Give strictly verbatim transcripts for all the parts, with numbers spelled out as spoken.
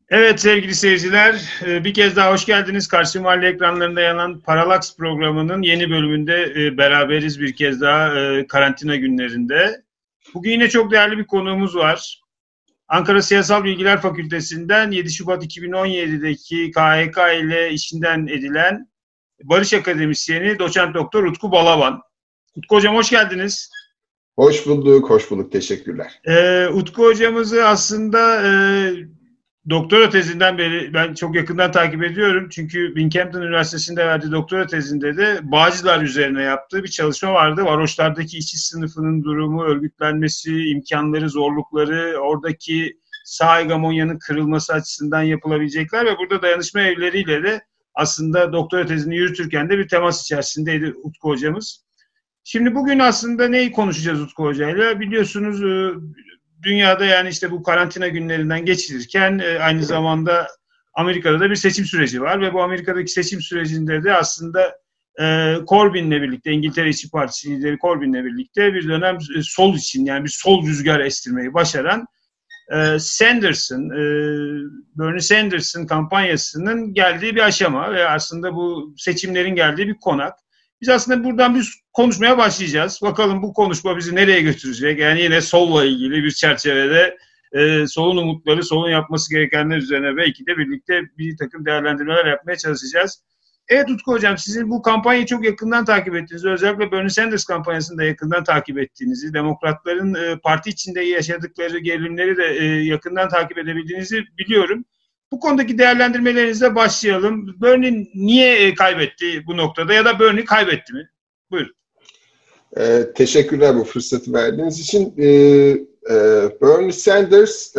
Evet sevgili seyirciler, bir kez daha hoş geldiniz. Karşı Mahalle ekranlarında yanan Paralax programının yeni bölümünde beraberiz bir kez daha karantina günlerinde. Bugün yine çok değerli bir konuğumuz var. Ankara Siyasal Bilgiler Fakültesinden yedi Şubat iki bin on yedideki K H K ile işinden edilen Barış Akademisyeni Doçent Doktor Utku Balaban. Utku Hocam hoş geldiniz. Hoş bulduk, hoş bulduk. Teşekkürler. Ee, Utku Hocamızı aslında... E, Doktora tezinden beri ben çok yakından takip ediyorum. Çünkü Binghamton Üniversitesi'nde verdiği doktora tezinde de Bağcılar üzerine yaptığı bir çalışma vardı. Varoşlardaki işçi sınıfının durumu, örgütlenmesi, imkanları, zorlukları, oradaki sağ hegemonyanın kırılması açısından yapılabilecekler ve burada dayanışma evleriyle de aslında doktora tezini yürütürken de bir temas içerisindeydi Utku Hocamız. Şimdi bugün aslında neyi konuşacağız Utku Hoca'yla? Biliyorsunuz dünyada yani işte bu karantina günlerinden geçirirken aynı zamanda Amerika'da da bir seçim süreci var ve bu Amerika'daki seçim sürecinde de aslında Corbyn'le birlikte, İngiltere İşçi Partisi lideri Corbyn'le birlikte bir dönem sol için yani bir sol rüzgar estirmeyi başaran Sanders'ın, Bernie Sanders'ın kampanyasının geldiği bir aşama ve aslında bu seçimlerin geldiği bir konak. Biz aslında buradan bir konuşmaya başlayacağız. Bakalım bu konuşma bizi nereye götürecek? Yani yine solla ilgili bir çerçevede e, solun umutları, solun yapması gerekenler üzerine belki de birlikte bir takım değerlendirmeler yapmaya çalışacağız. Evet Utku Hocam, sizin bu kampanyayı çok yakından takip ettiğinizi, özellikle Bernie Sanders kampanyasını da yakından takip ettiğinizi, demokratların e, parti içinde yaşadıkları gerilimleri de e, yakından takip edebildiğinizi biliyorum. Bu konudaki değerlendirmelerinizle başlayalım. Bernie niye kaybetti bu noktada ya da Bernie kaybetti mi? Buyurun. Ee, teşekkürler bu fırsatı verdiğiniz için. Ee, e, Bernie Sanders e,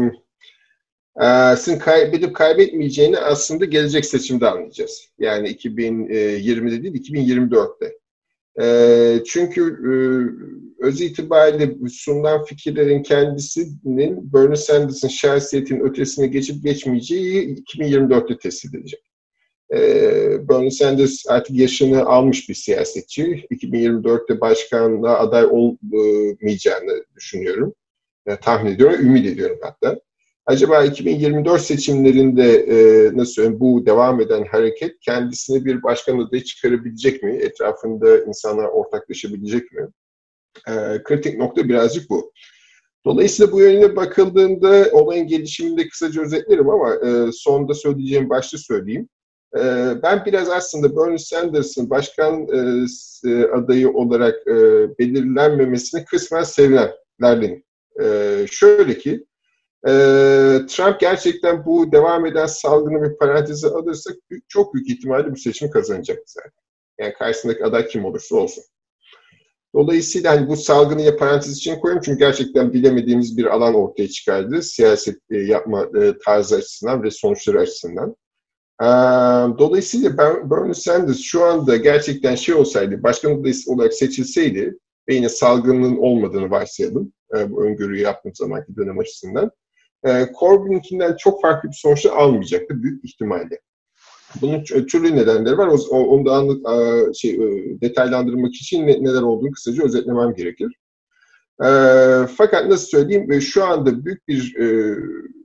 e, sizin kaybedip kaybetmeyeceğini aslında gelecek seçimde anlayacağız. Yani iki bin yirmide değil, iki bin yirmi dörtte. E, çünkü e, öz itibariyle sunulan fikirlerin kendisinin Bernie Sanders'ın şahsiyetinin ötesine geçip geçmeyeceği iki bin yirmi dörtte tespit edecek. Ee, Bernie Sanders artık yaşını almış bir siyasetçi. iki bin yirmi dörtte başkanlığa aday olmayacağını düşünüyorum. Yani tahmin ediyorum, ümit ediyorum hatta. Acaba iki bin yirmi dört seçimlerinde e, nasıl söyleyeyim, bu devam eden hareket kendisine bir başkan adayı çıkarabilecek mi? Etrafında insanlar ortaklaşabilecek mi? E, kritik nokta birazcık bu. Dolayısıyla bu yönüne bakıldığında olayın gelişimini de kısaca özetlerim ama e, sonda söyleyeceğim başta söyleyeyim. E, ben biraz aslında Bernie Sanders'ın başkan e, adayı olarak e, belirlenmemesini kısmen sevinenlerdenim. E, şöyle ki, e, Trump gerçekten bu devam eden salgını bir paranteze alırsak çok büyük ihtimalle bu seçimi kazanacak zaten. Yani karşısındaki aday kim olursa olsun. Dolayısıyla hani bu salgını ya parantez için koyuyorum çünkü gerçekten bilemediğimiz bir alan ortaya çıkardı. Siyaset e, yapma e, tarzı açısından ve sonuçları açısından. E, dolayısıyla ben, Bernie Sanders şu anda gerçekten şey olsaydı, başkan adayı olarak seçilseydi ve yine salgının olmadığını varsayalım, e, bu öngörüyü yaptığım zamanki dönem açısından, e, Corbyn'inkinden çok farklı bir sonuçta almayacaktı büyük ihtimalle. Bunun türlü nedenleri var. Onu da anlat, şey, detaylandırmak için neler olduğunu kısaca özetlemem gerekir. E, fakat nasıl söyleyeyim, şu anda büyük bir e,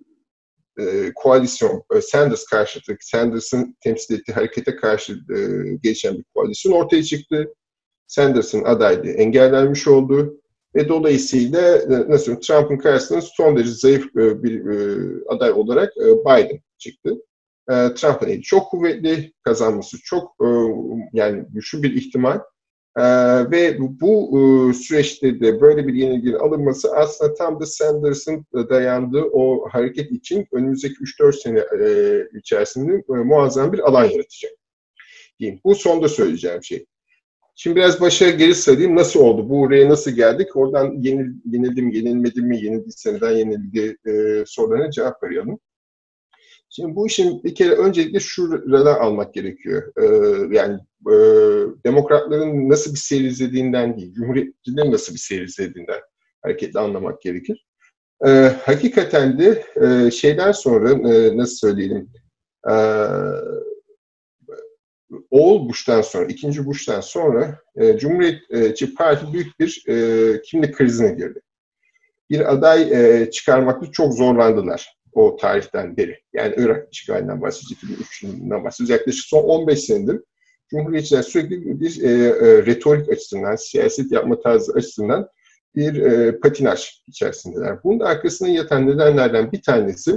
e, koalisyon, Sanders karşıtı, Sanders'ın temsil ettiği harekete karşı e, gelişen bir koalisyon ortaya çıktı. Sanders'ın adaylığı engellenmiş oldu ve dolayısıyla nasıl söyleyeyim, Trump'ın karşısında son derece zayıf bir e, aday olarak e, Biden çıktı. Trump'ın eli çok kuvvetli, kazanması çok e, yani güçlü bir ihtimal e, ve bu e, süreçte de böyle bir yenilginin alınması aslında tam da Sanders'ın dayandığı o hareket için önümüzdeki üç dört sene e, içerisinde e, muazzam bir alan yaratacak diyeyim. Bu sonda söyleyeceğim şey. Şimdi biraz başa geri sarayım. Nasıl oldu? Bu oraya nasıl geldik? Oradan yenil, yenildim, yenilmedim mi? Yenildi, neden yenildi e, sorularına cevap arayalım. Şimdi bu işin bir kere öncelikle şuradan almak gerekiyor. Ee, yani e, demokratların nasıl bir seyir izlediğinden değil, cumhuriyetçilerin nasıl bir seyir izlediğinden hareketle anlamak gerekir. Ee, hakikaten de e, şeyden sonra e, nasıl söyleyelim, e, oğul Bush'tan sonra, ikinci Bush'tan sonra e, Cumhuriyetçi Parti büyük bir e, kimlik krizine girdi. Bir aday e, çıkarmakta çok zorlandılar. o tarihten beri. Yani Irak işgalinden bahsediyoruz, iki bin üç yılından bahsediyoruz. Yaklaşık son on beş senedir Cumhuriyetçiler sürekli bir e, e, retorik açısından, siyaset yapma tarzı açısından bir e, patinaj içerisindeler. Bunun arkasında yatan nedenlerden bir tanesi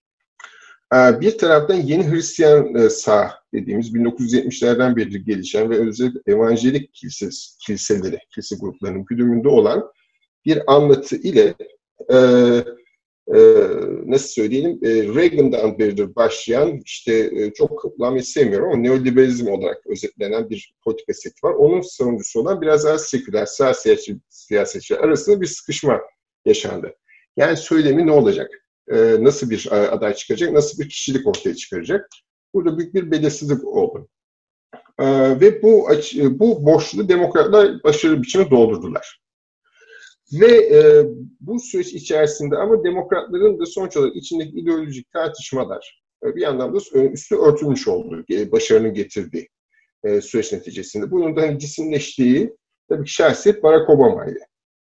e, bir taraftan yeni Hristiyan e, sağ dediğimiz bin dokuz yüz yetmişlerden beri gelişen ve özellikle evanjelik kilise, kiliseleri, kilise gruplarının güdümünde olan bir anlatı ile e, e, nasıl söyleyelim e, Reagan'dan beridir başlayan işte e, çok kullanmayı sevmiyorum ama neoliberalizm olarak özetlenen bir politika seti var. Onun savunucusu olan biraz daha seküler sağ siyasetçi, siyasetçiler arasında bir sıkışma yaşandı. Yani söylemi ne olacak? E, nasıl bir aday çıkacak? Nasıl bir kişilik ortaya çıkaracak? Burada büyük bir belirsizlik oldu. E, ve bu bu boşluğu demokratlar başarılı biçimde doldurdular. Ve e, bu süreç içerisinde ama demokratların da sonuç olarak içindeki ideolojik tartışmalar e, bir anlamda üstü örtülmüş oldu, e, başarının getirdiği e, süreç neticesinde. Bunun da hani cisimleştiği tabii ki şahsiyet Barack Obama'ydı.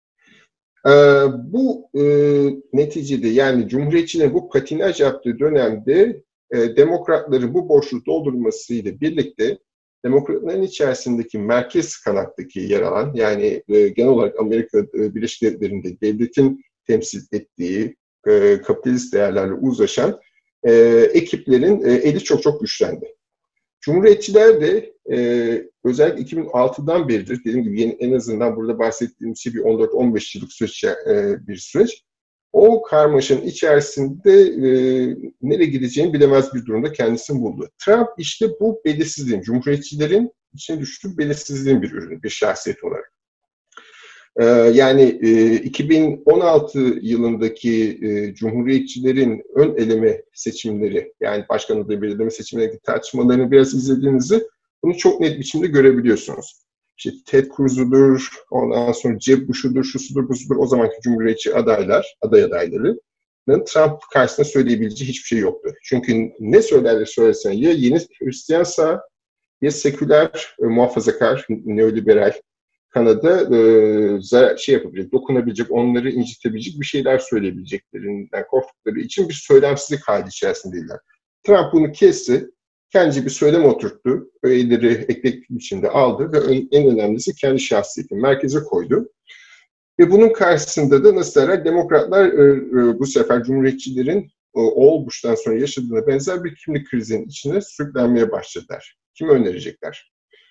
E, bu e, neticede yani Cumhuriyetçilerin bu patinaj yaptığı dönemde e, demokratların bu boşluğu doldurmasıyla birlikte demokratların içerisindeki merkez kanattaki yer alan, yani e, genel olarak Amerika e, Birleşik Devletleri'nde devletin temsil ettiği e, kapitalist değerlerle uzlaşan e, ekiplerin e, eli çok çok güçlendi. Cumhuriyetçiler de e, özellikle iki bin altıdan beridir, dediğim gibi yeni, en azından burada bahsettiğim şey bir on dört on beş yıllık süreç, e, bir süreç. O karmaşanın içerisinde e, nereye gideceğini bilemez bir durumda kendisini buldu. Trump işte bu belirsizliğin, Cumhuriyetçilerin içine düştüğü belirsizliğin bir ürünü, bir şahsiyet olarak. E, yani e, iki bin on altı yılındaki e, Cumhuriyetçilerin ön eleme seçimleri, yani başkan adayı belirleme seçimlerindeki tartışmalarını biraz izlediğinizde bunu çok net biçimde görebiliyorsunuz. İşte Ted Cruz'udur, ondan sonra Jeb Bush'udur, şusudur, busudur, o zamanki Cumhuriyetçi adaylar, aday adayları. Trump karşısında söyleyebileceği hiçbir şey yoktu. Çünkü ne söylerler söylesen ya yeni Hristiyan sağ, ya seküler, e, muhafazakar, neoliberal Kanada e, şey yapabilecek, dokunabilecek, onları incitebilecek bir şeyler söyleyebileceklerinden korktukları için bir söylemsizlik hali içerisindeydiler. Trump bunu kesti. Kendi bir söylem oturttu, öğeleri eklektik biçimde aldı ve en önemlisi kendi şahsiyetini merkeze koydu. Ve bunun karşısında da nasıl derler, demokratlar bu sefer Cumhuriyetçilerin o Bush'tan sonra yaşadığına benzer bir kimlik krizinin içine sürüklenmeye başladılar. Kimi önerecekler?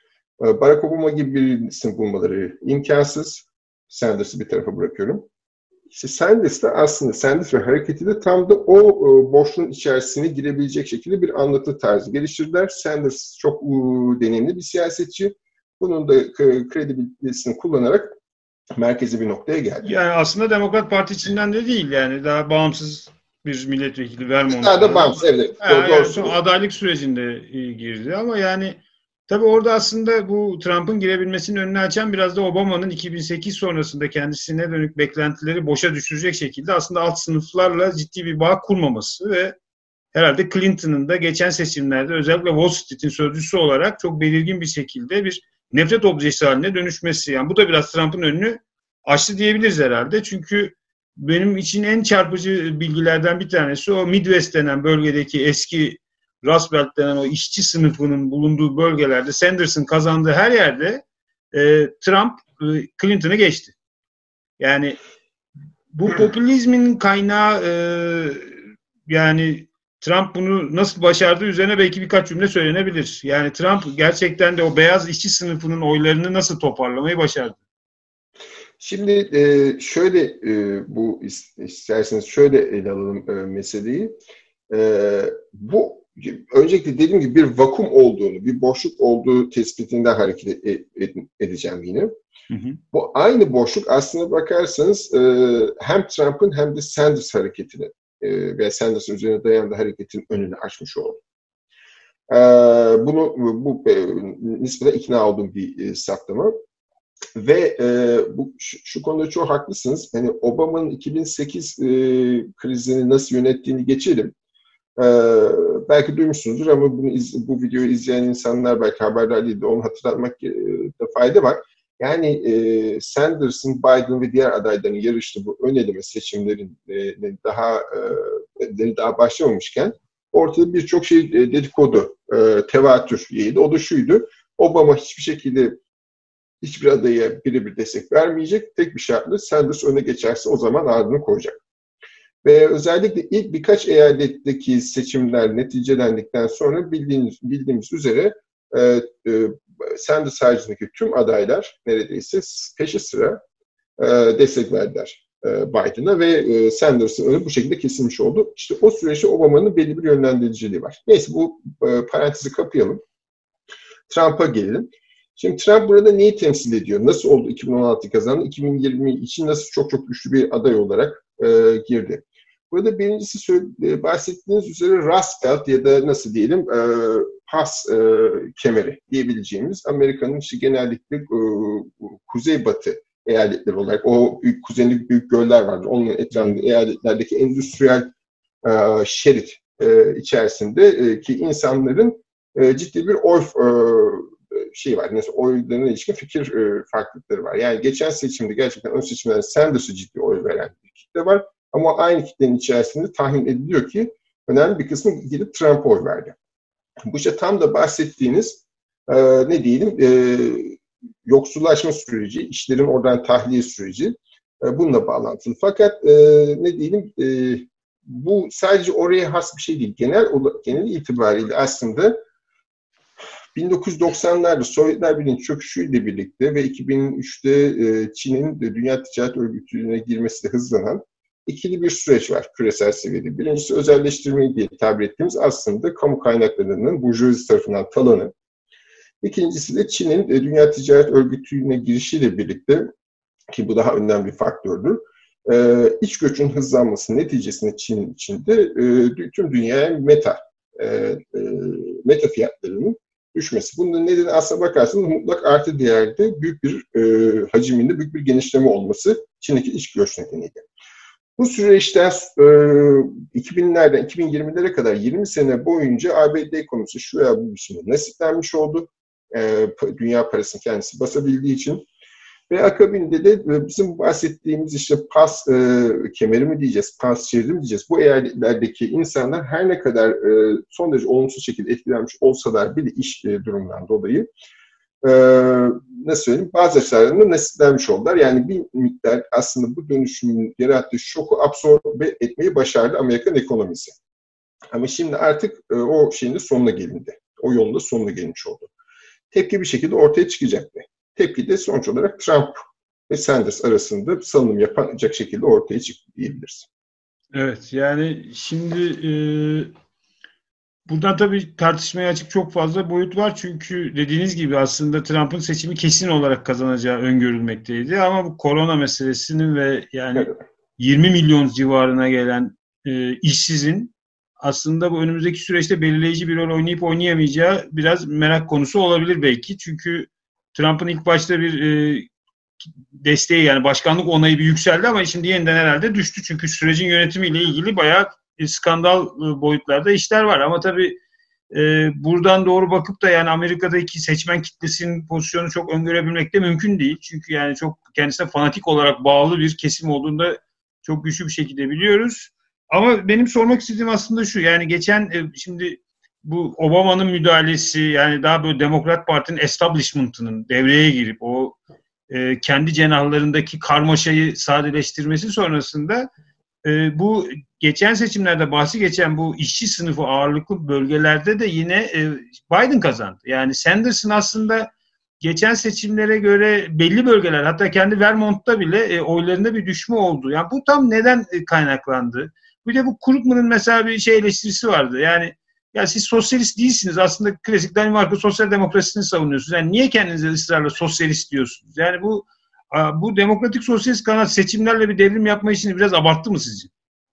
Barack Obama gibi bir isim bulmaları imkansız. Sanders'ı bir tarafa bırakıyorum. İşte Sanders de aslında Sanders ve hareketi de tam da o e, boşluğun içerisine girebilecek şekilde bir anlatı tarzı geliştirdiler. Sanders çok e, deneyimli bir siyasetçi. Bunun da e, kredibilitesini kullanarak merkezi bir noktaya geldi. Yani aslında Demokrat Parti içinden de değil, yani daha bağımsız bir milletvekili Vermont'ta. Daha da bağımsız, evet. Yani, yani adaylık sürecinde girdi ama yani tabii orada aslında bu Trump'ın girebilmesinin önünü açan biraz da Obama'nın iki bin sekiz sonrasında kendisine dönük beklentileri boşa düşürecek şekilde aslında alt sınıflarla ciddi bir bağ kurmaması ve herhalde Clinton'ın da geçen seçimlerde özellikle Wall Street'in sözcüsü olarak çok belirgin bir şekilde bir nefret objesi haline dönüşmesi. Yani bu da biraz Trump'ın önünü açtı diyebiliriz herhalde. Çünkü benim için en çarpıcı bilgilerden bir tanesi o Midwest denen bölgedeki eski Rust Belt denen o işçi sınıfının bulunduğu bölgelerde Sanders'ın kazandığı her yerde e, Trump e, Clinton'ı geçti. Yani bu popülizmin kaynağı e, yani Trump bunu nasıl başardığı üzerine belki birkaç cümle söylenebilir. Yani Trump gerçekten de o beyaz işçi sınıfının oylarını nasıl toparlamayı başardı? Şimdi e, şöyle e, bu isterseniz şöyle ele alalım e, meseleyi. E, bu öncelikle dediğim gibi bir vakum olduğunu, bir boşluk olduğu tespitinden hareket edeceğim yine. Hı hı. Bu aynı boşluk aslına bakarsanız e, hem Trump'ın hem de Sanders hareketini e, ve Sanders'ın üzerine dayandığı hareketin önünü açmış oldu. E, bunu bu e, nispeten ikna olduğum bir e, saptama. Ve e, bu şu, şu konuda çok haklısınız. Hani Obama'nın iki bin sekiz e, krizini nasıl yönettiğini geçelim. E, belki duymuşsunuzdur ama bunu iz, bu videoyu izleyen insanlar belki haberdar değil de onu hatırlatmakta fayda var. Yani e, Sanders'ın, Biden ve diğer adayların yarıştığı bu ön eleme seçimlerin e, daha e, daha başlamamışken ortada birçok şey e, dedikodu, e, tevatür yayıldı. O da şuydu: Obama hiçbir şekilde hiçbir adaya birebir destek vermeyecek. Tek bir şartla Sanders öne geçerse o zaman ardını koyacak. Ve özellikle ilk birkaç eyaletteki seçimler neticelendikten sonra bildiğimiz, bildiğimiz üzere e, e, Sanders haricindeki tüm adaylar neredeyse peşi sıra e, destek verdiler e, Biden'a ve e, Sanders'ın önü bu şekilde kesilmiş oldu. İşte o süreçte Obama'nın belli bir yönlendiriciliği var. Neyse, bu e, parantezi kapayalım. Trump'a gelelim. Şimdi Trump burada neyi temsil ediyor? Nasıl oldu iki bin on altı kazandı? iki bin yirmi için nasıl çok çok güçlü bir aday olarak e, girdi? Burada birincisi söyle, bahsettiğiniz üzere Rust Belt ya da nasıl diyelim e, pas e, kemeri diyebileceğimiz Amerika'nın işte genellikle e, kuzeybatı eyaletleri olarak, o büyük, kuzeyindeki büyük göller vardır. Onun etrafındaki eyaletlerdeki endüstriyel e, şerit e, içerisinde e, ki insanların e, ciddi bir oy e, şey var. Mesela oylarına ilişkin fikir e, farklılıkları var. Yani geçen seçimde gerçekten ön seçimlerde Sanders'a ciddi oy veren bir kitle var. Ama aynı kitlenin içerisinde tahmin ediliyor ki önemli bir kısmı gidip Trump'a oy verdi. Bu işte tam da bahsettiğiniz e, ne diyelim e, yoksullaşma süreci, işlerin oradan tahliye süreci e, bununla bağlantılı. Fakat e, ne diyelim e, bu sadece oraya has bir şey değil. Genel genel itibariyle aslında bin dokuz yüz doksanlarda Sovyetler Birliği'nin çöküşüyle birlikte ve iki bin üçte e, Çin'in Dünya Ticaret Örgütü'ne girmesi de hızlanan ikili bir süreç var küresel seviyede. Birincisi özelleştirmeyi diye tabir ettiğimiz aslında kamu kaynaklarının burjuvazi tarafından talanı. İkincisi de Çin'in e, Dünya Ticaret Örgütü'ne girişiyle birlikte, ki bu daha önemli bir faktördür, e, iç göçün hızlanması neticesinde Çin'in içinde e, tüm dünyaya meta, e, e, meta fiyatlarının düşmesi. Bunun nedeni aslına bakarsanız mutlak artı değerde büyük bir e, haciminde büyük bir genişleme olması Çin'deki iç göç nedeniyle. Bu süreçten e, iki binlerden iki bin yirmilere kadar yirmi sene boyunca A B D ekonomisi şu ya bu biçimde nasiplenmiş oldu. E, dünya parasını kendisi basabildiği için. Ve akabinde de bizim bahsettiğimiz işte pas e, kemeri mi diyeceğiz, pas şeridi mi diyeceğiz? Bu eyaletlerdeki insanlar her ne kadar e, son derece olumsuz şekilde etkilenmiş olsalar bile iş e, durumundan dolayı e, nasıl söyleyeyim, bazı açılardan nasiplenmiş oldular. Yani bir miktar aslında bu dönüşümün yarattığı şoku absorbe etmeyi başardı Amerikan ekonomisi. Ama şimdi artık e, o şeyin de sonuna gelindi. O yolun da sonuna gelmiş oldu. Tepki bir şekilde ortaya çıkacaktı. Tepki de sonuç olarak Trump ve Sanders arasında salınım yapacak şekilde ortaya çıktı diyebiliriz. Evet, yani şimdi e, buradan tabii tartışmaya açık çok fazla boyut var. Çünkü dediğiniz gibi aslında Trump'ın seçimi kesin olarak kazanacağı öngörülmekteydi. Ama bu korona meselesinin ve yani evet. yirmi milyon civarına gelen e, işsizin aslında bu önümüzdeki süreçte belirleyici bir rol oynayıp oynayamayacağı biraz merak konusu olabilir belki. Çünkü Trump'ın ilk başta bir e, desteği, yani başkanlık onayı bir yükseldi ama şimdi yeniden herhalde düştü. Çünkü sürecin yönetimiyle ilgili bayağı e, skandal e, boyutlarda işler var. Ama tabii e, buradan doğru bakıp da yani Amerika'daki seçmen kitlesinin pozisyonu çok öngörebilmek de mümkün değil. Çünkü yani çok kendisine fanatik olarak bağlı bir kesim olduğunu da çok güçlü bir şekilde biliyoruz. Ama benim sormak istediğim aslında şu, yani geçen e, şimdi bu Obama'nın müdahalesi, yani daha böyle Demokrat Parti'nin establishment'ının devreye girip o e, kendi cenahlarındaki karmaşayı sadeleştirmesi sonrasında e, bu geçen seçimlerde bahsi geçen bu işçi sınıfı ağırlıklı bölgelerde de yine e, Biden kazandı. Yani Sanders'ın aslında geçen seçimlere göre belli bölgeler, hatta kendi Vermont'ta bile e, oylarında bir düşme oldu. Yani bu tam neden e, kaynaklandı? Bir de bu Krugman'ın mesela bir şey eleştirisi vardı. Yani ya siz sosyalist değilsiniz. Aslında klasik Danimarka sosyal demokrasisini savunuyorsunuz. Yani niye kendinize ısrarla sosyalist diyorsunuz? Yani bu bu demokratik sosyalist kanat seçimlerle bir devrim yapma işini biraz abarttı mı sizce?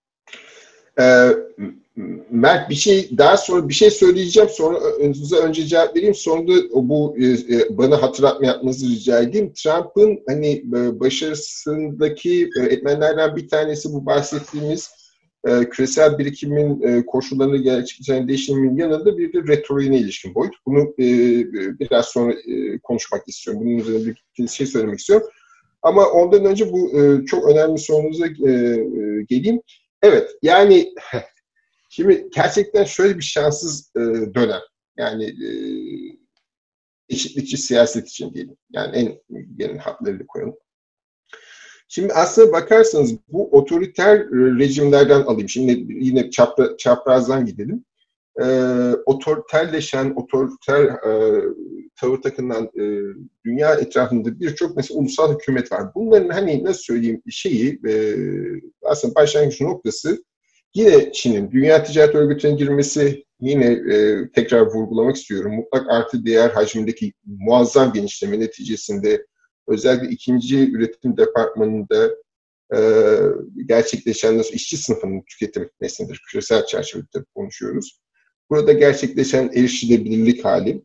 Ee, Mert, bir şey daha sonra bir şey söyleyeceğim. Sonra size önce cevap vereyim. Sonra da bu e, bana hatırlatma yapmanızı rica edeyim. Trump'ın hani başarısındaki etmenlerden bir tanesi bu bahsettiğimiz e, küresel birikimin e, koşullarını gerçekleşen değişimin yanında bir de retoriğine ilişkin boyut. Bunu e, biraz sonra e, konuşmak istiyorum. Bunun üzerine bir şey söylemek istiyorum. Ama ondan önce bu e, çok önemli sorunuza e, e, geleyim. Evet, yani şimdi gerçekten şöyle bir şanssız e, dönem. Yani e, eşitlikçi siyaset için diyelim. Yani en genel hatlarıyla koyalım. Şimdi aslına bakarsanız bu otoriter rejimlerden alayım. Şimdi yine çapra, çaprazdan gidelim. Ee, otoriterleşen, otoriter e, tavır takınan e, dünya etrafında birçok mesela ulusal hükümet var. Bunların hani nasıl söyleyeyim şeyi e, aslında başlangıç noktası yine Çin'in Dünya Ticaret Örgütü'ne girmesi, yine e, tekrar vurgulamak istiyorum. Mutlak artı değer hacmindeki muazzam genişleme neticesinde özellikle ikinci üretim departmanında e, gerçekleşen nasıl işçi sınıfının tüketim nesnedir. Küresel çerçevede konuşuyoruz. Burada gerçekleşen erişilebilirlik hali.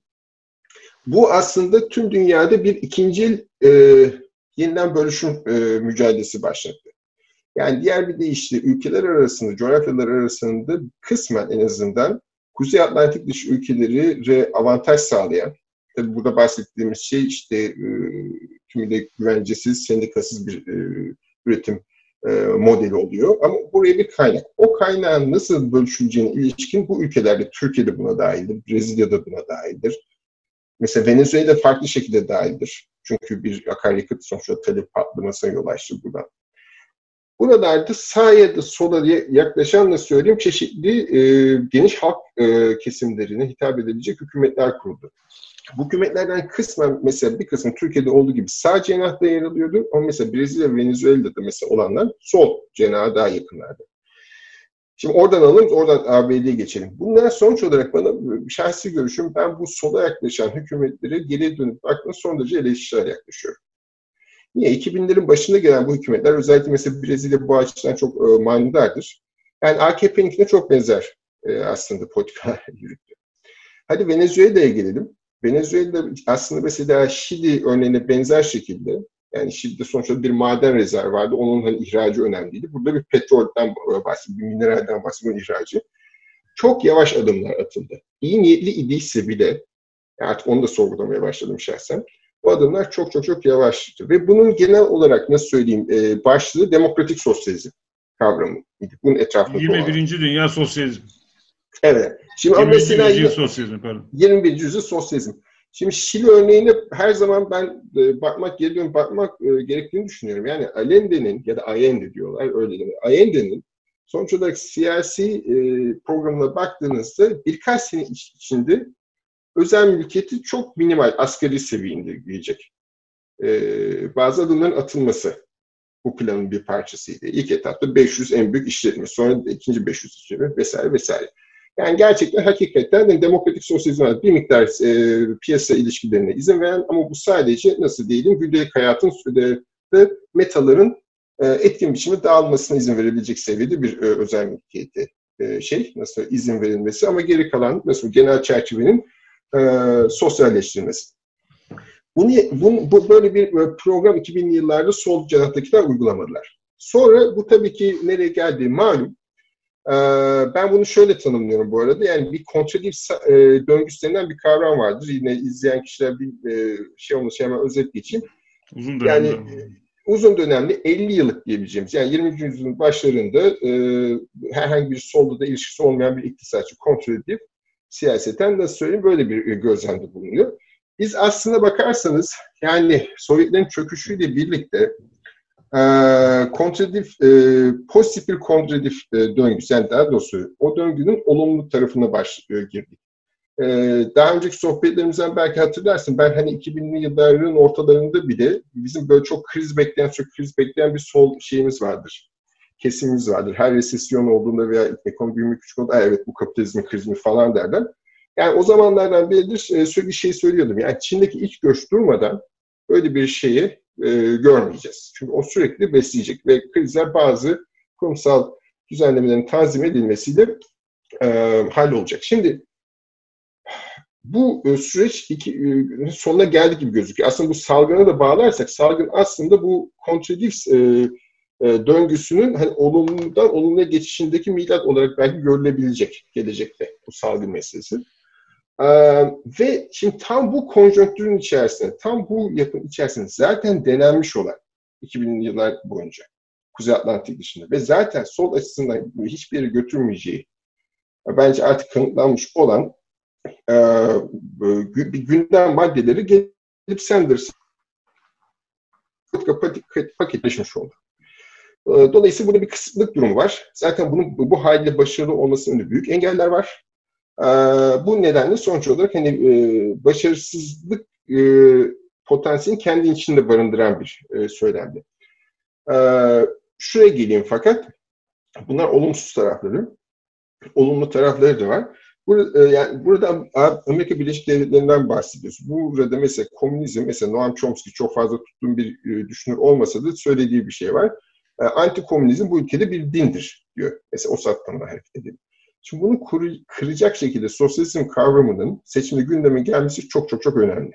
Bu aslında tüm dünyada bir ikincil e, yeniden bölüşüm e, mücadelesi başlattı. Yani diğer bir deyişle ülkeler arasında, coğrafyalar arasında kısmen en azından Kuzey Atlantik dışı ülkeleri avantaj sağlayan, tabii burada bahsettiğimiz şey işte e, tümüyle güvencesiz, sendikasız bir e, üretim e, modeli oluyor. Ama buraya bir kaynak. O kaynağın nasıl bölüşüleceğine ilişkin bu ülkelerde, Türkiye'de buna dahildir, Brezilya'da buna dahildir. Mesela Venezuela farklı şekilde dahildir. Çünkü bir akaryakıt sonuçta talep patlamasına yol açtı buradan. Buralarda sağa ya da sola yaklaşan da söyleyeyim çeşitli e, geniş halk e, kesimlerine hitap edebilecek hükümetler kuruldu. Bu hükümetlerden kısmen mesela bir kısmı Türkiye'de olduğu gibi sağ cenahta yer alıyordu ama mesela Brezilya ve Venezuela'da mesela olanlar sol cenaha daha yakınlardı. Şimdi oradan alalım, oradan A B D'ye geçelim. Bunlar sonuç olarak bana şahsi görüşüm, ben bu sola yaklaşan hükümetlere geriye dönüp baktığımda son derece eleştirel yaklaşıyorum. Niye? iki binlerin başında gelen bu hükümetler, özellikle mesela Brezilya bu açıdan çok e, manidardır. Yani A K P'ninkine çok benzer e, aslında politikalar yürüttü. Hadi Venezuela'ya gelelim. Venezuela aslında mesela Şili örneğine benzer şekilde, yani Şili'de sonuçta bir maden rezervi vardı, onun hani ihracı önemliydi. Burada bir petrolden bahsediyor, bir mineralden bahsediyor, ihracı. Çok yavaş adımlar atıldı. İyi niyetli idiyse bile, artık onu da sorgulamaya başladım şahsen, bu adımlar çok çok çok yavaştı. Ve bunun genel olarak nasıl söyleyeyim, e, başlığı demokratik sosyalizm kavramı. Bunun etrafında yirmi birinci Dünya Sosyalizm. Evet. Şimdi yirmi birinci mesela yüzyıl sosyalizm, pardon. yirmi birinci yüzyıl sosyalizm. Şimdi Şili örneğine her zaman ben e, bakmak, geri dönüp bakmak e, gerektiğini düşünüyorum. Yani Allende'nin ya da Allende diyorlar, öyle değil mi? Allende'nin sonuç olarak siyasi e, programına baktığınızda birkaç sene içinde özel mülkiyeti çok minimal, asgari seviyede gelecek. Ee, bazı adımların atılması bu planın bir parçasıydı. İlk etapta beş yüz en büyük işletme, sonra ikinci beş yüz işletme vesaire vesaire. Yani gerçekten hakikaten yani demokratik sosyalizm bir miktar e, piyasa ilişkilerine izin veren ama bu sadece nasıl diyelim gündelik hayatın de, de metaların e, etkin biçimde dağılmasına izin verebilecek seviyede bir e, özel mülkiyeti e, şey nasıl izin verilmesi ama geri kalan nasıl genel çerçevenin e, sosyalleştirilmesi. Bunu, bunu, bu böyle bir program iki binli yıllarda sol cenahtakiler uygulamadılar. Sonra bu tabii ki nereye geldiği malum. Ee, ben bunu şöyle tanımlıyorum bu arada. Yani bir kontradif e, döngüsü denilen bir kavram vardır. Yine izleyen kişiler bir e, şey olması hemen özet geçeyim. Uzun dönemli. Yani e, uzun dönemli elli yıllık diyebileceğimiz. Yani yirminci yüzyılın başlarında e, herhangi bir solda da ilişkisi olmayan bir iktisatçı kontradif siyaseten nasıl söyleyeyim böyle bir e, gözlemde bulunuyor. Biz aslında bakarsanız yani Sovyetlerin çöküşüyle birlikte e, kontradif, e, pozitif bir kontradif e, döngüsü, yani daha doğrusu o döngünün olumlu tarafına baş, e, girdik. E, daha önceki sohbetlerimizden belki hatırlarsın, ben hani iki binli yılların ortalarında bile bizim böyle çok kriz bekleyen, çok kriz bekleyen bir sol şeyimiz vardır. Kesimimiz vardır. Her resesyon olduğunda veya ekonomi büyüme küçük olduğunda evet bu kapitalizmin krizi mi falan derler. Yani o zamanlardan beridir sürekli şey söylüyordum. Yani Çin'deki iç göç durmadan öyle bir şeyi e, görmeyeceğiz. Çünkü o sürekli besleyecek ve krizler bazı kurumsal düzenlemelerin tanzim edilmesiyle e, hallolacak. Şimdi bu e, süreç iki, e, sonuna geldi gibi gözüküyor. Aslında bu salgına da bağlarsak salgın aslında bu kontradif e, e, döngüsünün hani olumludan olumluya geçişindeki milat olarak belki görülebilecek gelecekte bu salgın meselesi. E, ve şimdi tam bu konjonktürün içerisinde, tam bu yapın içerisinde zaten denenmiş olan iki binli yıllar boyunca Kuzey Atlantik dışında ve zaten sol açısından hiçbir yere götürmeyeceği bence artık kanıtlanmış olan e, bir gündem maddeleri gelip Sanders'ın paketleşmiş oldu. Dolayısıyla burada bir kısıtlık durumu var. Zaten bunun bu haliyle başarılı olmasının önünde büyük engeller var. Bu nedenle sonuç olarak hani başarısızlık potansiyelini kendi içinde barındıran bir söylemdi. Şuraya geleyim fakat bunlar olumsuz tarafları. Olumlu tarafları da var. Burada, yani burada Amerika Birleşik Devletleri'nden bahsediyoruz. Burada mesela komünizm, mesela Noam Chomsky çok fazla tuttuğum bir düşünür olmasa da söylediği bir şey var. Anti-komünizm bu ülkede bir dindir diyor. Mesela o saptamda hareket edelim. Şimdi bunu kıracak şekilde sosyalizm kavramının seçimde gündeme gelmesi çok çok çok önemli.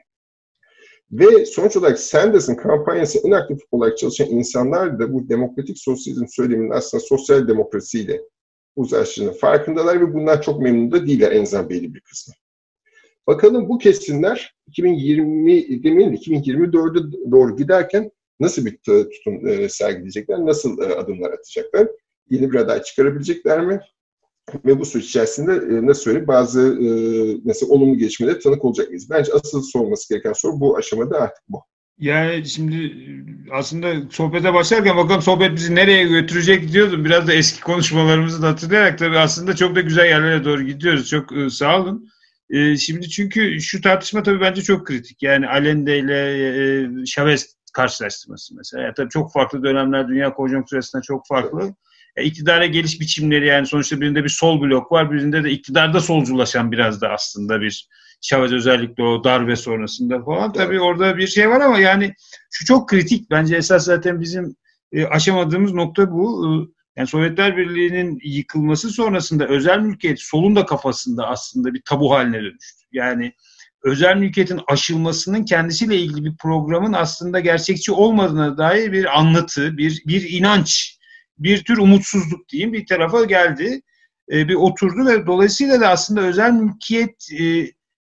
Ve sonuç olarak Sanders'ın kampanyası en aktif olarak çalışan insanlar da bu demokratik sosyalizm söyleminin aslında sosyal demokrasiyle uzlaştığının farkındalar ve bundan çok memnun da değiller en azından belli bir kısmı. Bakalım bu kesimler iki bin yirmi, iki bin yirmi dörde doğru giderken nasıl bir tutum e, sergileyecekler, nasıl e, adımlar atacaklar, yeni bir aday çıkarabilecekler mi? Ve bu süreç içerisinde e, nasıl söyleyeyim bazı e, mesela olumlu gelişmelere tanık olacak mıyız? Bence asıl sorulması gereken soru bu aşamada artık bu. Yani şimdi aslında sohbete başlarken bakalım sohbet bizi nereye götürecek diyordum. Biraz da eski konuşmalarımızı da hatırlayarak tabii aslında çok da güzel yerlere doğru gidiyoruz. Çok e, sağ olun. E, şimdi çünkü şu tartışma tabii bence çok kritik. Yani Allende ile e, Chavez karşılaştırması mesela. Yani tabii çok farklı dönemler, dünya konjonktürü arasında çok farklı. E, iktidara geliş biçimleri yani sonuçta birinde bir sol blok var, birinde de iktidarda solculaşan biraz da aslında bir Chavez özellikle o darbe sonrasında falan. Tabii evet. Orada bir şey var ama yani şu çok kritik. Bence esas zaten bizim e, aşamadığımız nokta bu. E, yani Sovyetler Birliği'nin yıkılması sonrasında özel mülkiyet solun da kafasında aslında bir tabu haline dönüştü. Yani özel mülkiyetin aşılmasının kendisiyle ilgili bir programın aslında gerçekçi olmadığına dair bir anlatı, bir bir inanç, bir tür umutsuzluk diyeyim bir tarafa geldi. E, bir oturdu ve dolayısıyla da aslında özel mülkiyet e,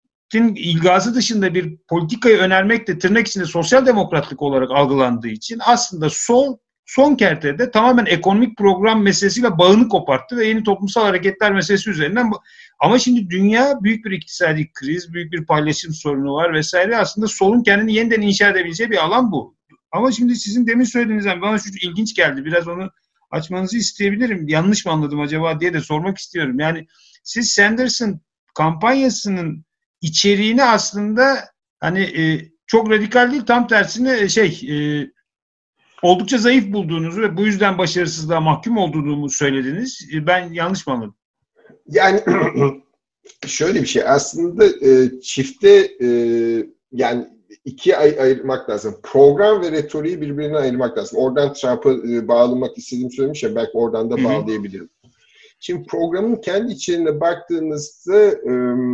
ilgası dışında bir politikayı önermek de tırnak içinde sosyal demokratlık olarak algılandığı için aslında sol son kertede tamamen ekonomik program meselesiyle bağını koparttı ve yeni toplumsal hareketler meselesi üzerinden. Ama şimdi dünya büyük bir iktisadi kriz, büyük bir paylaşım sorunu var vesaire. Aslında solun kendini yeniden inşa edebileceği bir alan bu. Ama şimdi sizin demin söylediğinizden bana şu ilginç geldi. Biraz onu açmanızı isteyebilirim. Yanlış mı anladım acaba diye de sormak istiyorum. Yani siz Sanders'ın kampanyasının içeriğini aslında hani e, çok radikal değil, tam tersine şey e, oldukça zayıf bulduğunuzu ve bu yüzden başarısızlığa mahkum olduğunuzu söylediniz. E, ben yanlış mı anladım? Yani şöyle bir şey aslında e, çifte e, yani ikiye ay- ayırmak lazım. Program ve retoriği birbirine ayırmak lazım. Oradan Trump'a e, bağlamak istediğimi söylemiş ya belki oradan da bağlayabilirim. Hı-hı. Şimdi programın kendi içeriğine baktığınızda e,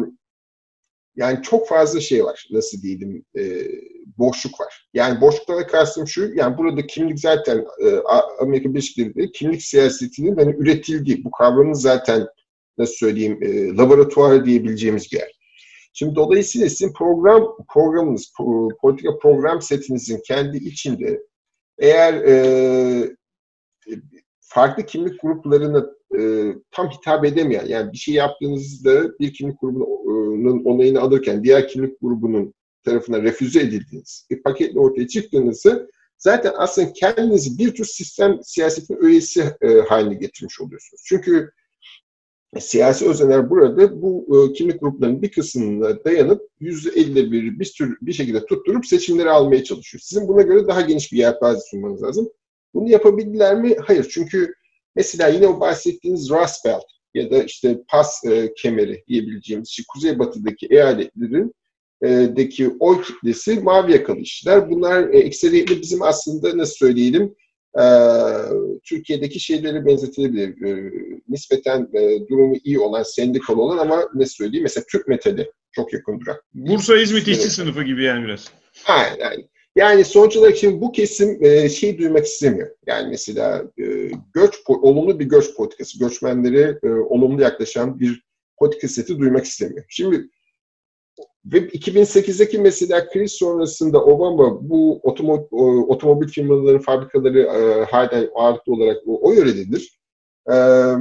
yani çok fazla şey var. Nasıl diyelim e, boşluk var. Yani boşluklara kastım şu, yani burada kimlik zaten e, Amerika Birleşik Devletleri kimlik siyasetinin yani üretildiği, bu kavramın zaten nasıl söyleyeyim e, laboratuvarı diyebileceğimiz bir yer. Şimdi dolayısıyla sizin program programınız, politika program setinizin kendi içinde eğer e, farklı kimlik gruplarına e, tam hitap edemeyen, yani bir şey yaptığınızda bir kimlik grubunun onayını alırken diğer kimlik grubunun tarafından refüze edildiğiniz bir paketle ortaya çıktığınızda zaten aslında kendinizi bir tür sistem siyasetinin öğesi e, haline getirmiş oluyorsunuz. Çünkü siyasi özener burada bu e, kimlik gruplarının bir kısmına dayanıp yüzde elli bir bir tür bir şekilde tutturup seçimleri almaya çalışıyor. Sizin buna göre daha geniş bir yelpaze sunmanız lazım. Bunu yapabildiler mi? Hayır. Çünkü mesela yine o bahsettiğiniz Rust Belt ya da işte pas e, kemeri diyebileceğimiz işte kuzeybatıdaki eyaletlerin e, deki oy kitlesi mavi yakalı işçiler. Bunlar e, ekseriyetle bizim aslında nasıl söyleyelim e, Türkiye'deki şeyleri benzetilebilir. E, nispeten e, durumu iyi olan, sendikalı olan ama ne söyleyeyim mesela Türk Metali çok yakın duran. Bursa İzmit işçi sınıfı gibi yani biraz. Ha, yani Yani sonuç olarak şimdi bu kesim e, şey duymak istemiyor. Yani mesela e, göç olumlu bir göç politikası, göçmenlere e, olumlu yaklaşan bir politika seti duymak istemiyor. Şimdi ve iki bin sekizdeki mesela kriz sonrasında Obama bu otomo, otomobil firmalarının fabrikaları e, hala ağırlıklı olarak o, o yörededir. E,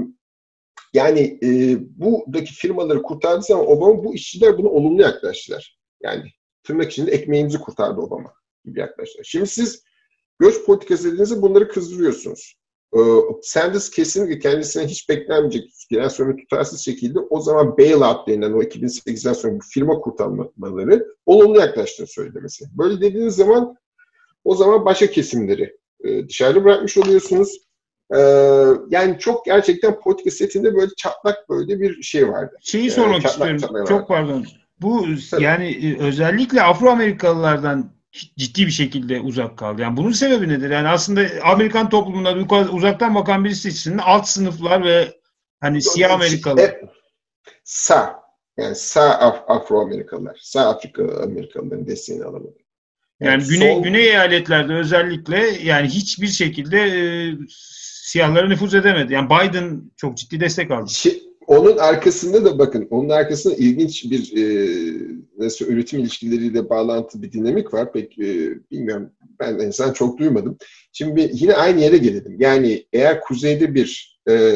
yani e, buradaki firmaları kurtardığı zaman Obama, bu işçiler buna olumlu yaklaştılar. Yani tırnak içinde ekmeğimizi kurtardı Obama gibi yaklaştılar. Şimdi siz göç politikası dediğinizde bunları kızdırıyorsunuz. Ee, Sanders kesinlikle kendisine hiç beklenmeyecek, gelen sonra tutarsız şekilde o zaman bailout denilen o iki bin sekizden sonra bu firma kurtarmaları olumlu yaklaştığını söyledi mesela. Böyle dediğiniz zaman o zaman başka kesimleri e, dışarıda bırakmış oluyorsunuz. Ee, yani çok gerçekten politika setinde böyle çatlak böyle bir şey vardı. Şeyi sormak ee, çatlak, istiyorum. Çatlak çok pardon. Bu tabii. Yani özellikle Afro-Amerikalılardan ciddi bir şekilde uzak kaldı. Yani bunun sebebi nedir? Yani aslında Amerikan toplumunda uzaktan bakan birisi için alt sınıflar ve hani siyah Amerikalı. Hep sağ. Yani sağ Af- Afro-Amerikalılar. Sağ Afrika Amerikalıların desteğini alamadı. Yani, yani güney, sol... güney eyaletlerde özellikle yani hiçbir şekilde e, siyahlara nüfuz edemedi. Yani Biden çok ciddi destek aldı. Şey, onun arkasında da bakın, onun arkasında ilginç bir e, nasıl üretim ilişkileriyle bağlantı bir dinamik var. Pek e, bilmiyorum, ben en azından çok duymadım. Şimdi yine aynı yere gelelim. Yani eğer kuzeyde bir e,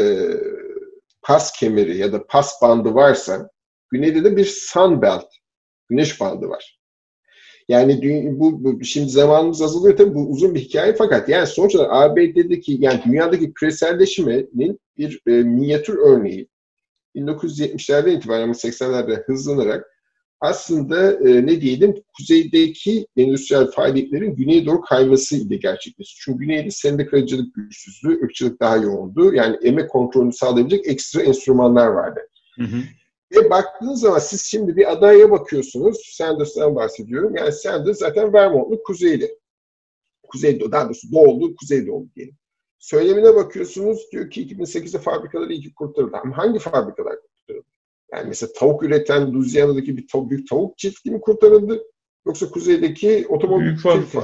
pas kemeri ya da pas bandı varsa, güneyde de bir sun belt, güneş bandı var. Yani bu, bu şimdi zamanımız azalıyor tabii, bu uzun bir hikaye, fakat yani sonuç olarak A B D'deki yani dünyadaki küreselleşmenin bir e, minyatür örneği bin dokuz yüz yetmişlerden itibaren seksenlerde hızlanarak aslında e, ne diyelim kuzeydeki endüstriyel faaliyetlerin güneye doğru kayması ile gerçekleşti. Çünkü güneyde sendikacılık güçsüzdü, ırkçılık daha yoğundu. Yani emek kontrolünü sağlayabilecek ekstra enstrümanlar vardı. Hı hı. Ve baktığınız zaman siz şimdi bir adaya bakıyorsunuz, Sanders'tan bahsediyorum. Yani Sanders zaten Vermont'lu, kuzeyli. Kuzeydoğu, daha doğrusu doğulu, kuzeydoğulu diyelim. Söylemine bakıyorsunuz, diyor ki iki bin sekizde fabrikaları iyi ki kurtarıldı. Ama hangi fabrikalar kurtarıldı? Yani mesela tavuk üreten Louisiana'daki bir tav- büyük tavuk çiftliği mi kurtarıldı? Yoksa kuzeydeki otomobil fabrikası?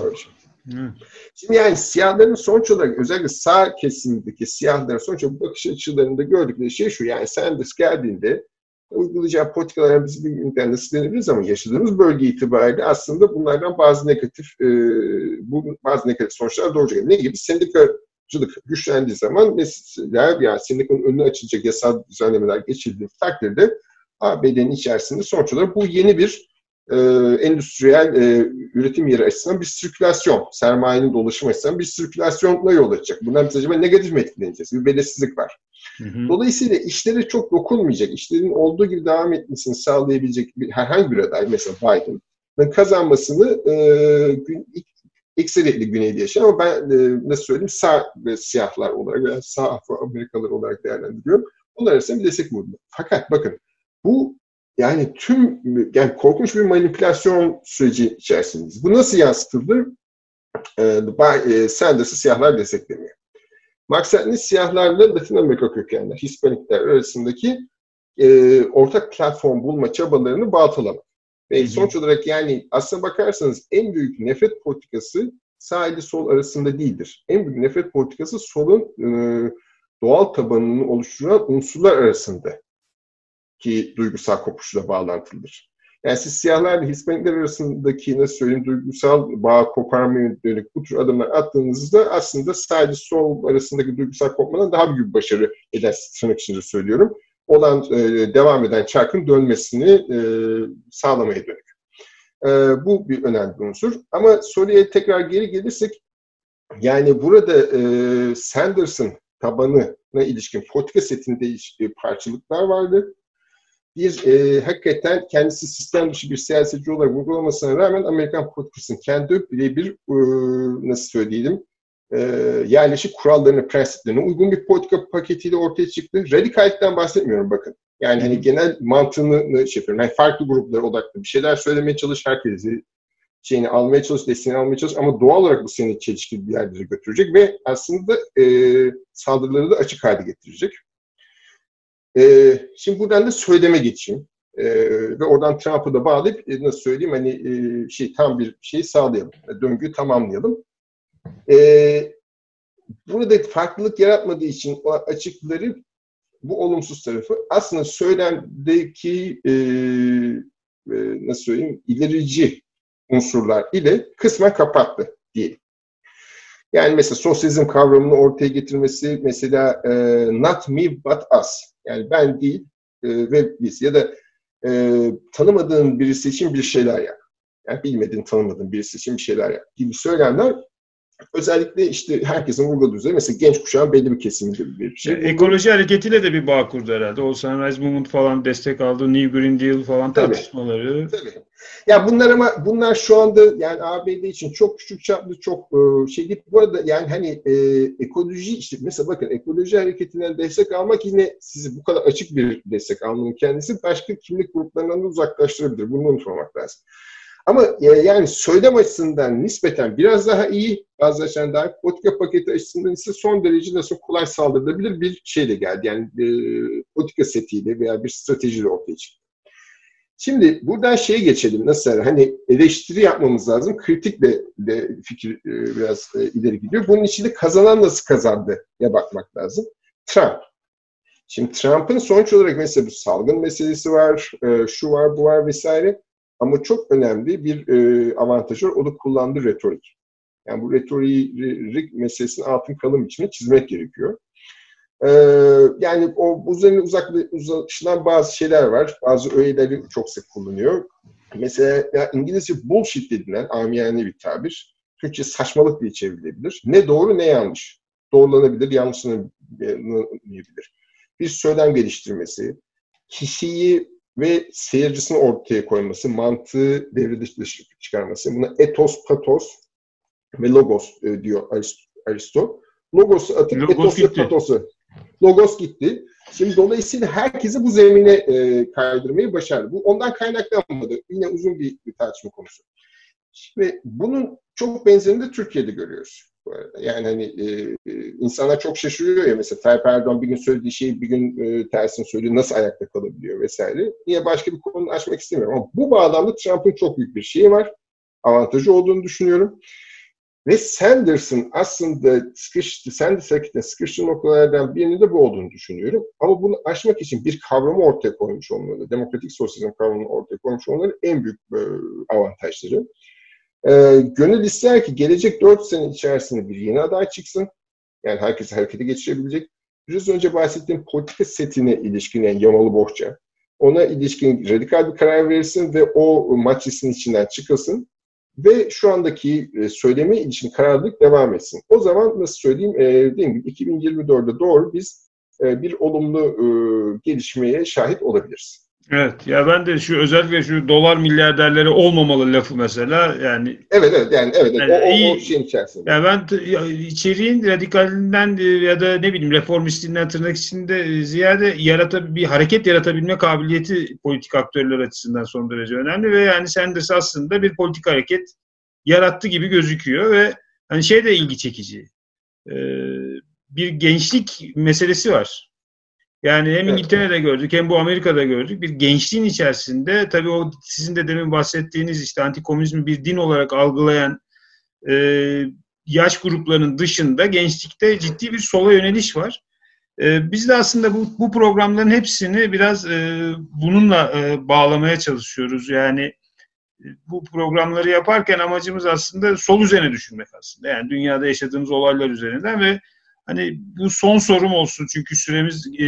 Şimdi yani siyahların sonuç olarak, özellikle sağ kesimdeki siyahların sonuç olarak bakış açılarında gördükleri şey şu. Yani Sanders geldiğinde uygulayacağı politikalar bizi bir nasıl denebiliriz ama yaşadığımız bölge itibariyle aslında bunlardan bazı negatif e, bu bazı negatif sonuçlar doğacak. Ne gibi? Sendikacılık güçlendiği zaman mesela yani sendikanın önüne açılacak yasal düzenlemeler geçildiği takdirde A B D'nin içerisinde sonuç olarak bu yeni bir e, endüstriyel e, üretim yeri açısından bir sirkülasyon, sermayenin dolaşımı açısından bir sirkülasyonla yol açacak. Bundan biz acaba negatif mi etkileneceğiz? Bir belirsizlik var. Hı hı. Dolayısıyla işlere çok dokunmayacak, işlerin olduğu gibi devam etmesini sağlayabilecek bir, herhangi bir aday, mesela Biden'ın kazanmasını e, gün, ekseriyetli güneyde yaşayan ama ben e, nasıl söyleyeyim sağ ve siyahlar olarak veya sağ Afro-Amerikalılar olarak değerlendiriyorum. Bunlar arasında bir destek bulundu. Fakat bakın bu yani tüm yani korkunç bir manipülasyon süreci içerisindeyiz. Bu nasıl yansıtıldı? E, e, Sanders'ı siyahlar desteklemiyor. Maksat ne? Siyahlarla Latin Amerika kökenler, Hispanikler arasındaki e, ortak platform bulma çabalarını baltalamak. Ve hı hı. sonuç olarak yani aslına bakarsanız en büyük nefret politikası sağ ile sol arasında değildir. En büyük nefret politikası solun e, doğal tabanını oluşturan unsurlar arasında ki duygusal kopuşla bağlantılıdır. Yani siz siyahlarla Hispanikler arasındaki nasıl söyleyeyim duygusal bağ koparmaya dönük bu tür adımlar attığınızda aslında sadece sol arasındaki duygusal kopmadan daha büyük bir başarı eder, tırnak içinde söylüyorum. Olan e, devam eden çarkın dönmesini e, sağlamaya dönük. E, bu bir önemli bir unsur. Ama soruya tekrar geri gelirsek yani burada e, Sanders'ın tabanına ilişkin politika setinde e, parçalıklar vardı. Bir e, hakikaten kendisi sistem dışı bir siyasetçi olarak vurgulamasına rağmen Amerikan politikasının kendi birebir e, nasıl söyleyelim e, yerleşik kurallarına, prensiplerine uygun bir politika paketiyle ortaya çıktı. Radikallikten bahsetmiyorum bakın. Yani hani genel mantığını şey yapıyorum. Yani farklı gruplara odaklı bir şeyler söylemeye çalış, herkesi şeyini almaya çalış, desteğini almaya çalış ama doğal olarak bu seni çelişkili bir yerlere götürecek ve aslında e, saldırıları da açık hale getirecek. Ee, şimdi buradan da söyleme geçeyim. E, ve oradan Trump'ı da bağlayıp e, nasıl söyleyeyim hani e, şey tam bir şeyi sağlayalım. Döngüyü tamamlayalım. E, burada farklılık yaratmadığı için o açıkları bu olumsuz tarafı aslında söylemdeki e, e, nasıl söyleyeyim ilerici unsurlar ile kısmen kapattı diyelim. Yani mesela sosyalizm kavramını ortaya getirmesi mesela e, not me but us. Yani ben değil e, ve biz ya da e, tanımadığın birisi için bir şeyler yap. Yani bilmediğin, tanımadığın birisi için bir şeyler yap gibi söylemler özellikle işte herkesin vurguladığı üzere mesela genç kuşağın belli bir kesiminde bir şey. Ekoloji hareketiyle de bir bağ kurdu herhalde. O Sunrise Movement falan destek aldı. New Green Deal falan tartışmaları. Tabii. Tabii. Ya bunlar ama bunlar şu anda yani A B D için çok küçük çaplı çok e, şey değil. Bu arada yani hani e, ekoloji işte mesela bakın ekoloji hareketinden destek almak yine sizi bu kadar açık bir destek almanın kendisi başka kimlik gruplarından da uzaklaştırabilir. Bunu unutmamak lazım. Ama e, yani söylem açısından nispeten biraz daha iyi, bazı açıdan daha politika paketi açısından ise son derece nasıl kolay saldırılabilir bir şeyle geldi. Yani e, politika setiyle veya bir stratejiyle ortaya çıktı. Şimdi buradan şeye geçelim. Nasıl hani eleştiri yapmamız lazım. Kritikle de fikir e, biraz e, ileri gidiyor. Bunun içinde kazanan nasıl kazandı ya bakmak lazım. Trump. Şimdi Trump'ın sonuç olarak mesela bu salgın meselesi var, e, şu var, bu var vesaire. Ama çok önemli bir e, avantajı var. O da kullandığı retorik. Yani bu retorik meselesinin altın kalın biçimde çizmek gerekiyor. Ee, yani o üzerine uzaklaşılan bazı şeyler var. Bazı öğeleri çok sık kullanıyor. Mesela ya İngilizce bullshit denilen amiyane bir tabir. Türkçe saçmalık diye çevrilebilir. Ne doğru ne yanlış. Doğrulanabilir, yanlışlanabilir. Bir söylem geliştirmesi, kişiyi ve seyircisini ortaya koyması, mantığı devre dışı çıkarması. Buna etos, patos ve logos e, diyor Aristo. Logos'u atıp logos etos gitti. ve patosu. Logos gitti. Şimdi dolayısıyla herkesi bu zemine e, kaydırmayı başardı. Bu ondan kaynaklanmadı. Yine uzun bir, bir tartışma konusu. Şimdi bunun çok benzerini de Türkiye'de görüyoruz. Yani hani e, insanlar çok şaşırıyor ya mesela Tayyip Erdoğan bir gün söylediği şeyi bir gün e, tersini söylüyor. Nasıl ayakta kalabiliyor vesaire. Niye başka bir konu açmak istemiyorum ama bu bağlamda Trump'ın çok büyük bir şeyi var. Avantajı olduğunu düşünüyorum. Ve Sanders'ın aslında sıkıştı, Sanders hareketine sıkıştığı noktalardan birinin de bu olduğunu düşünüyorum. Ama bunu aşmak için bir kavramı ortaya koymuş olmaları, demokratik sosyalizm kavramını ortaya koymuş olmaları en büyük e, avantajları. E, gönül ister ki gelecek dört sene içerisinde bir yeni aday çıksın. Yani herkes harekete geçirebilecek. Biraz önce bahsettiğim politika setine ilişkin yani yamalı bohça. Ona ilişkin radikal bir karar verirsin ve o matrisin içinden çıkasın. Ve şu andaki e, söyleme ilişkin kararlılık devam etsin. O zaman nasıl söyleyeyim, e, dediğim gibi iki bin yirmi dörde doğru biz e, bir olumlu e, gelişmeye şahit olabiliriz. Evet, ya ben de şu özellikle şu dolar milyarderleri olmamalı lafı mesela yani. Evet evet yani evet yani, o, iyi, o şeyin içerisinde. Ya ben ya, içeriğin radikalinden ya da ne bileyim reformistinden tırnak içinde ziyade yarata bir hareket yaratabilme kabiliyeti politik aktörler açısından son derece önemli ve yani Sanders aslında bir politik hareket yarattı gibi gözüküyor ve hani şey de ilgi çekici. Ee, bir gençlik meselesi var. Yani hem İngiltere'de gördük hem bu Amerika'da gördük. Bir gençliğin içerisinde tabii o sizin de demin bahsettiğiniz işte antikomünizmi bir din olarak algılayan e, yaş gruplarının dışında gençlikte ciddi bir sola yöneliş var. E, biz de aslında bu, bu programların hepsini biraz e, bununla e, bağlamaya çalışıyoruz. Yani e, bu programları yaparken amacımız aslında sol üzerine düşünmek aslında. Yani dünyada yaşadığımız olaylar üzerinden ve hani bu son sorum olsun çünkü süremiz e,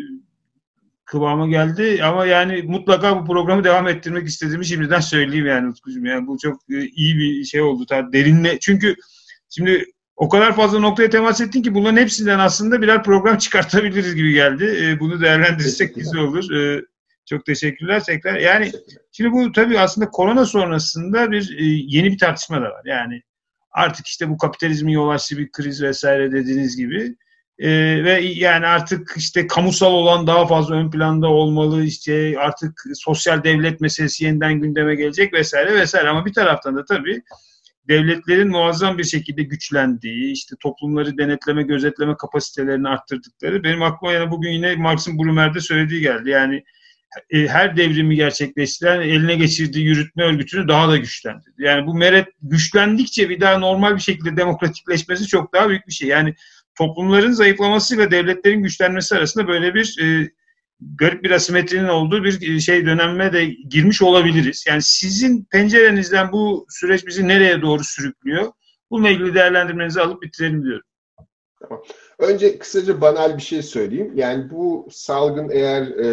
kıvama geldi ama yani mutlaka bu programı devam ettirmek istediğimi şimdiden söyleyeyim yani Utkucuğum. Yani bu çok e, iyi bir şey oldu. Tabii derinle çünkü şimdi o kadar fazla noktaya temas ettin ki bunların hepsinden aslında birer program çıkartabiliriz gibi geldi. E, bunu değerlendirirsek güzel olur. E, çok teşekkürler tekrar. Yani şimdi bu tabii aslında korona sonrasında bir e, yeni bir tartışma da var. Yani artık işte bu kapitalizmin yol açtığı bir kriz vesaire dediğiniz gibi ee, ve yani artık işte kamusal olan daha fazla ön planda olmalı, işte artık sosyal devlet meselesi yeniden gündeme gelecek vesaire vesaire ama bir taraftan da tabii devletlerin muazzam bir şekilde güçlendiği, işte toplumları denetleme, gözetleme kapasitelerini arttırdıkları benim aklıma yani bugün yine Marx'ın Brumair'de söylediği geldi. Yani her devrimi gerçekleştiren eline geçirdiği yürütme örgütünü daha da güçlendirdi. Yani bu meret güçlendikçe bir daha normal bir şekilde demokratikleşmesi çok daha büyük bir şey. Yani toplumların zayıflamasıyla devletlerin güçlenmesi arasında böyle bir e, garip bir asimetrinin olduğu bir şey döneme de girmiş olabiliriz. Yani sizin pencerenizden bu süreç bizi nereye doğru sürüklüyor? Bununla ilgili değerlendirmenizi alıp bitirelim diyorum. Tamam. Önce kısaca banal bir şey söyleyeyim. Yani bu salgın eğer e,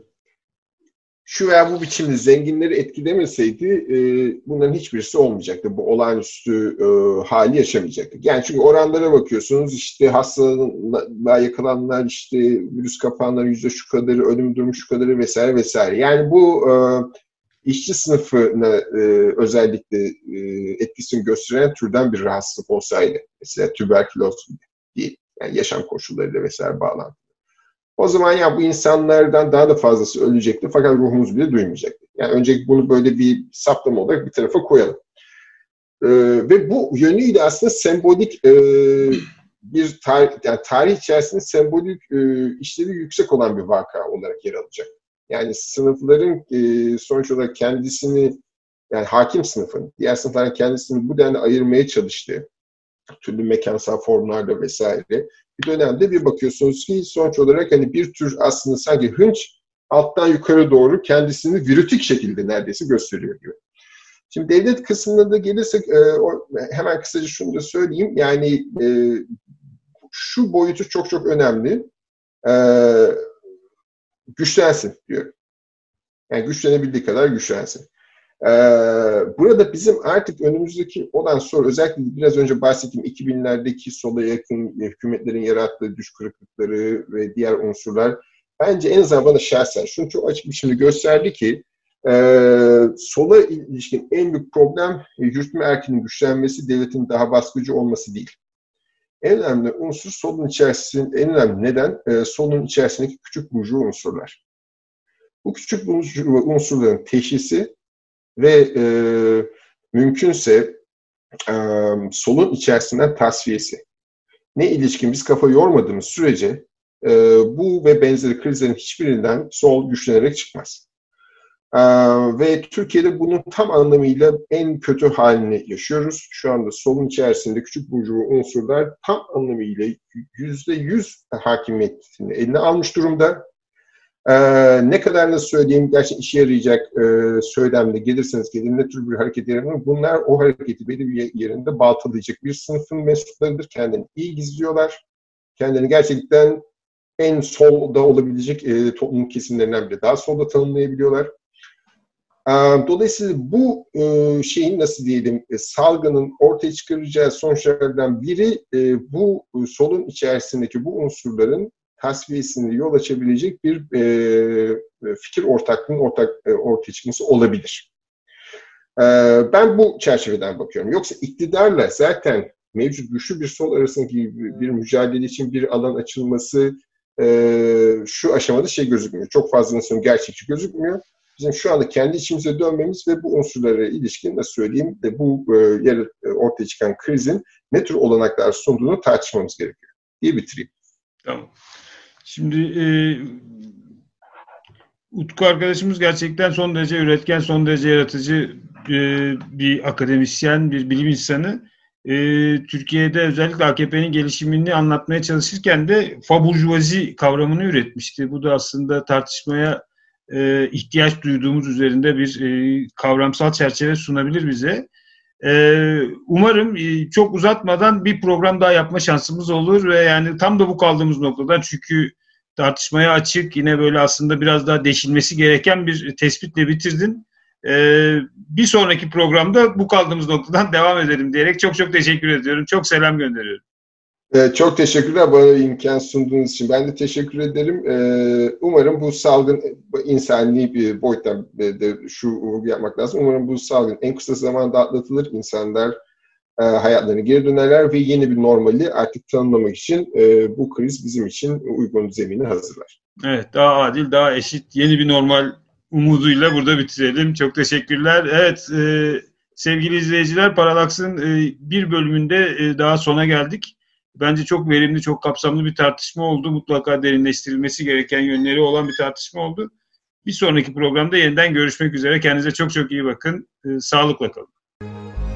şu veya bu biçimde zenginleri etkilemeseydi e, bunların hiçbirisi olmayacaktı. Bu olağanüstü e, hali yaşamayacaktık. Yani çünkü oranlara bakıyorsunuz, işte hastalığa yakalananlar, işte virüs kapananlar yüzde şu kadarı, ölüm durumu şu kadarı vesaire vesaire. Yani bu e, işçi sınıfına e, özellikle e, etkisini gösteren türden bir rahatsızlık olsaydı, mesela tüberküloz değil, yani yaşam koşullarıyla vesaire bağlantılı. O zaman ya bu insanlardan daha da fazlası ölecekti fakat ruhumuz bile duymayacaktı. Yani öncelikle bunu böyle bir saptama olarak bir tarafa koyalım. Ee, ve bu yönüyle aslında sembolik e, bir tarih, yani tarih içerisinde sembolik e, işlevi yüksek olan bir vaka olarak yer alacak. Yani sınıfların e, sonuç olarak kendisini, yani hakim sınıfın, diğer sınıfların kendisini bu denli ayırmaya çalıştığı, türlü mekansal formlarda vesaire bir dönemde bir bakıyorsunuz ki sonuç olarak hani bir tür aslında sanki hınç alttan yukarı doğru kendisini virütik şekilde neredeyse gösteriyor gibi. Şimdi devlet kısmına da gelirsek e, o, hemen kısaca şunu da söyleyeyim. Yani e, şu boyutu çok çok önemli. E, güçlensin diyorum. Yani güçlenebildiği kadar güçlensin. Ee, burada bizim artık önümüzdeki olan soru, özellikle biraz önce bahsettiğim iki binlerdeki sola yakın hükümetlerin yarattığı düş kırıklıkları ve diğer unsurlar, bence en azından bana şahsen şunu çok açık bir şekilde gösterdi ki e, sola ilişkin en büyük problem yürütme erkinin güçlenmesi, devletin daha baskıcı olması değil. En önemli unsur solun içerisinde, en önemli neden e, solun içerisindeki küçük burjuva unsurlar. Bu küçük burjuva unsurların teşhisi ve e, mümkünse e, solun içerisinden tasfiyesi. Ne ilişkin biz kafa yormadığımız sürece e, bu ve benzeri krizlerin hiçbirinden sol güçlenerek çıkmaz. E, ve Türkiye'de bunun tam anlamıyla en kötü halini yaşıyoruz. Şu anda solun içerisinde küçük burjuva unsurlar tam anlamıyla yüzde yüz hakimiyetini eline almış durumda. Ee, ne kadar nasıl söyleyeyim, gerçekten işe yarayacak e, söylemde gelirseniz gelin ne tür bir hareket yarar, bunlar o hareketi belli bir yerinde baltalayacak bir sınıfın mensuplarıdır. Kendini iyi gizliyorlar. Kendini gerçekten en solda olabilecek e, toplum kesimlerinden bile daha solda tanımlayabiliyorlar. E, dolayısıyla bu e, şeyin nasıl diyelim e, salgının ortaya çıkaracağı sonuçlardan biri e, bu e, solun içerisindeki bu unsurların tasfiyesine yol açabilecek bir e, fikir ortaklığının ortak, e, ortaya çıkması olabilir. E, ben bu çerçeveden bakıyorum. Yoksa iktidarla zaten mevcut güçlü bir sol arasındaki bir, bir mücadele için bir alan açılması e, şu aşamada şey gözükmüyor. Çok fazla nasıl gerçekçi gözükmüyor. Bizim şu anda kendi içimize dönmemiz ve bu unsurlara ilişkin nasıl söyleyeyim de bu e, yer, e, ortaya çıkan krizin ne tür olanaklar sunduğunu tartışmamız gerekiyor diye bitireyim. Tamam. Şimdi e, Utku arkadaşımız gerçekten son derece üretken, son derece yaratıcı e, bir akademisyen, bir bilim insanı. E, Türkiye'de özellikle A K P'nin gelişimini anlatmaya çalışırken de faburjuvazi kavramını üretmişti. Bu da aslında tartışmaya e, ihtiyaç duyduğumuz üzerinde bir e, kavramsal çerçeve sunabilir bize. Ee, umarım e, çok uzatmadan bir program daha yapma şansımız olur ve yani tam da bu kaldığımız noktadan, çünkü tartışmaya açık, yine böyle aslında biraz daha deşilmesi gereken bir tespitle bitirdin. Ee, bir sonraki programda bu kaldığımız noktadan devam edelim diyerek çok çok teşekkür ediyorum. Çok selam gönderiyorum. Ee, çok teşekkürler bana imkan sunduğunuz için. Ben de teşekkür ederim. Ee, umarım bu salgın insani bir boyuttan de şu vurgu yapmak lazım. Umarım bu salgın en kısa zamanda atlatılır. İnsanlar e, hayatlarına geri dönerler ve yeni bir normali artık tanımlamak için e, bu kriz bizim için uygun zemini hazırlar. Evet, daha adil, daha eşit, yeni bir normal umuduyla burada bitirelim. Çok teşekkürler. Evet, e, sevgili izleyiciler, Parallax'ın e, bir bölümünde e, daha sona geldik. Bence çok verimli, çok kapsamlı bir tartışma oldu. Mutlaka derinleştirilmesi gereken yönleri olan bir tartışma oldu. Bir sonraki programda yeniden görüşmek üzere. Kendinize çok çok iyi bakın. Sağlıkla kalın.